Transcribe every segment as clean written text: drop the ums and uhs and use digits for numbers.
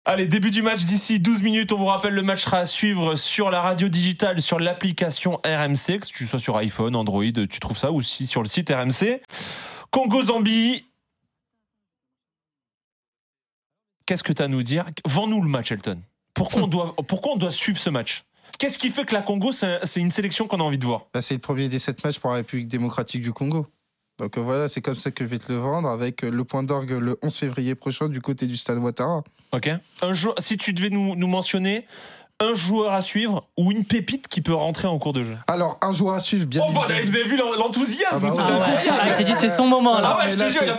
Allez, début du match d'ici 12 minutes. On vous rappelle, le match sera à suivre sur la radio digitale, sur l'application RMC, que tu sois sur iPhone, Android, tu trouves ça aussi sur le site RMC. Congo-Zambie. Qu'est-ce que tu as à nous dire ? Vends-nous le match, Elton. Pourquoi on doit suivre ce match ? Qu'est-ce qui fait que la Congo, c'est une sélection qu'on a envie de voir ? C'est le premier des 7 matchs pour la République démocratique du Congo. Donc voilà, c'est comme ça que je vais te le vendre, avec le point d'orgue le 11 février prochain du côté du stade Ouattara. Ok. Si tu devais nous mentionner un joueur à suivre ou une pépite qui peut rentrer en cours de jeu. Alors, un joueur à suivre, bien évidemment. Vous avez vu l'enthousiasme, c'est incroyable. Il s'est dit, c'est son moment là. Ah ouais, je te jure, il a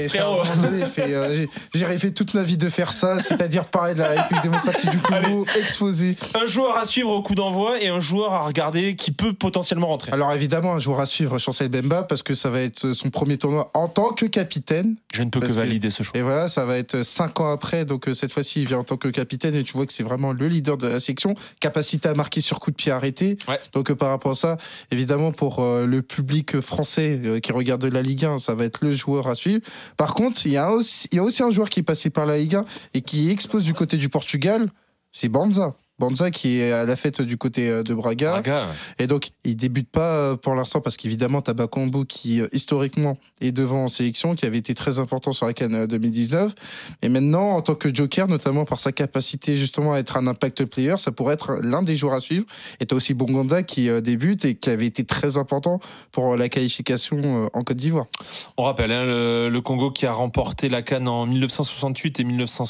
fait. J'ai rêvé toute ma vie de faire ça, c'est-à-dire parler de la République démocratique du Congo, exposé. Un joueur à suivre au coup d'envoi et un joueur à regarder qui peut potentiellement rentrer. Alors évidemment, un joueur à suivre, Chancel Bemba, parce que ça va être son premier tournoi en tant que capitaine. Je ne peux que valider ce choix. Et voilà, ça va être 5 ans après, donc cette fois-ci, il vient en tant que capitaine et tu vois que c'est vraiment le leader de la section, capacité à marquer sur coup de pied arrêté. Ouais. Donc par rapport à ça, évidemment pour le public français qui regarde la Ligue 1, ça va être le joueur à suivre. Par contre, il y a aussi un joueur qui est passé par la Ligue 1 et qui explose du côté du Portugal, c'est Banza. Banza qui est à la fête du côté de Braga. Et donc il débute pas pour l'instant parce qu'évidemment t'as Bakambu qui historiquement est devant en sélection, qui avait été très important sur la CAN 2019. Et maintenant en tant que joker, notamment par sa capacité justement à être un impact player, ça pourrait être l'un des joueurs à suivre. Et t'as aussi Bonganda qui débute et qui avait été très important pour la qualification en Côte d'Ivoire. On rappelle le Congo qui a remporté la CAN en 1968 et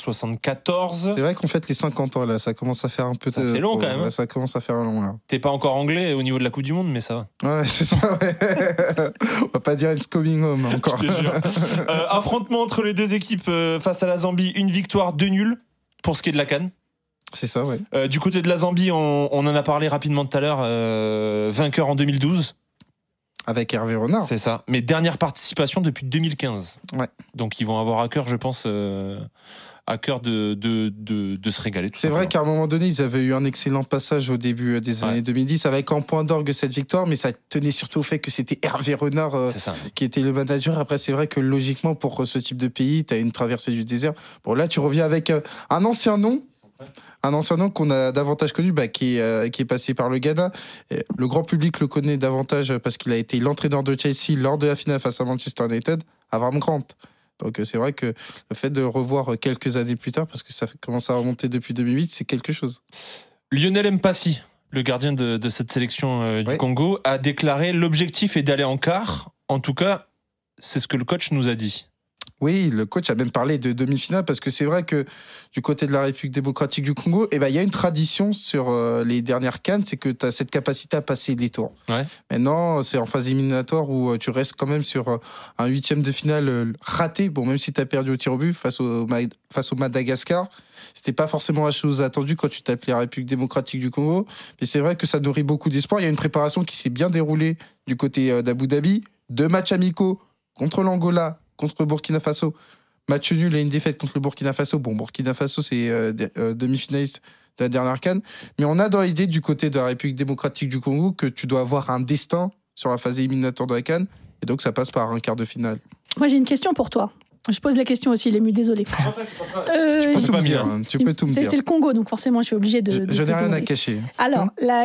1974. C'est vrai qu'on fête les 50 ans là, ça commence à faire un peu. Ça fait long quand même. Ouais, ça commence à faire long là. T'es pas encore anglais au niveau de la Coupe du Monde, mais ça va. Ouais, c'est ça. Ouais. On va pas dire it's coming home encore. Je te jure. Affrontement entre les deux équipes face à la Zambie, une victoire, 2 nuls pour ce qui est de la CAN. C'est ça, ouais. Du côté de la Zambie, on en a parlé rapidement tout à l'heure, vainqueur en 2012. Avec Hervé Renard. C'est ça. Mais dernière participation depuis 2015. Ouais. Donc ils vont avoir à cœur, je pense, à cœur de se régaler. C'est vrai qu'à un moment donné, ils avaient eu un excellent passage au début des années 2010 avec en point d'orgue cette victoire, mais ça tenait surtout au fait que c'était Hervé Renard qui était le manager. Après, c'est vrai que logiquement, pour ce type de pays, tu as une traversée du désert. Bon, là, tu reviens avec un ancien nom. Un ancien nom qu'on a davantage connu, qui est passé par le Ghana. Et le grand public le connaît davantage parce qu'il a été l'entraîneur de Chelsea lors de la finale face à Manchester United, Avram Grant. Donc c'est vrai que le fait de revoir quelques années plus tard, parce que ça commence à remonter depuis 2008, c'est quelque chose. Lionel Mpassi, le gardien de cette sélection du Congo, a déclaré « L'objectif est d'aller en quart. En tout cas, c'est ce que le coach nous a dit. » Oui, le coach a même parlé de demi-finale parce que c'est vrai que du côté de la République démocratique du Congo, il y a une tradition sur les dernières CAN, c'est que tu as cette capacité à passer les tours. Ouais. Maintenant, c'est en phase éliminatoire où tu restes quand même sur un 8e de finale raté. Bon, même si tu as perdu au tir au but face au Madagascar, c'était pas forcément la chose attendue quand tu t'appelais la République démocratique du Congo. Mais c'est vrai que ça nourrit beaucoup d'espoir. Il y a une préparation qui s'est bien déroulée du côté d'Abu Dhabi. 2 matchs amicaux contre l'Angola, contre le Burkina Faso. Match nul et une défaite contre le Burkina Faso. Bon, Burkina Faso, c'est demi-finaliste de la dernière CAN. Mais on a dans l'idée du côté de la République démocratique du Congo que tu dois avoir un destin sur la phase éliminatoire de la CAN. Et donc, ça passe par un quart de finale. Moi, j'ai une question pour toi. Je pose la question aussi, l'ému, désolé. Tu peux tout me dire. C'est le Congo, donc forcément, je suis obligée de je n'ai rien à cacher. Alors,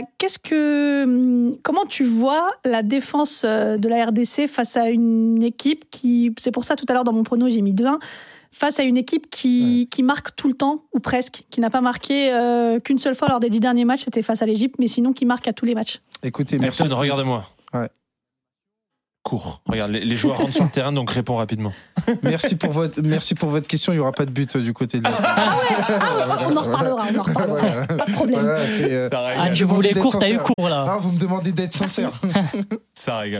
comment tu vois la défense de la RDC face à une équipe qui, c'est pour ça tout à l'heure dans mon prono, j'ai mis 2-1, face à une équipe qui marque tout le temps, ou presque, qui n'a pas marqué qu'une seule fois lors des 10 derniers matchs, c'était face à l'Égypte, mais sinon qui marque à tous les matchs. Écoutez, merci. Regarde-moi. Ouais. Cours. Regarde, les joueurs rentrent sur le terrain, donc réponds rapidement. Merci pour votre question. Il n'y aura pas de but du côté de la... On en reparlera. Pas de problème. Tu voulais court, t'as eu court là. Vous me demandez d'être sincère. Ça régale.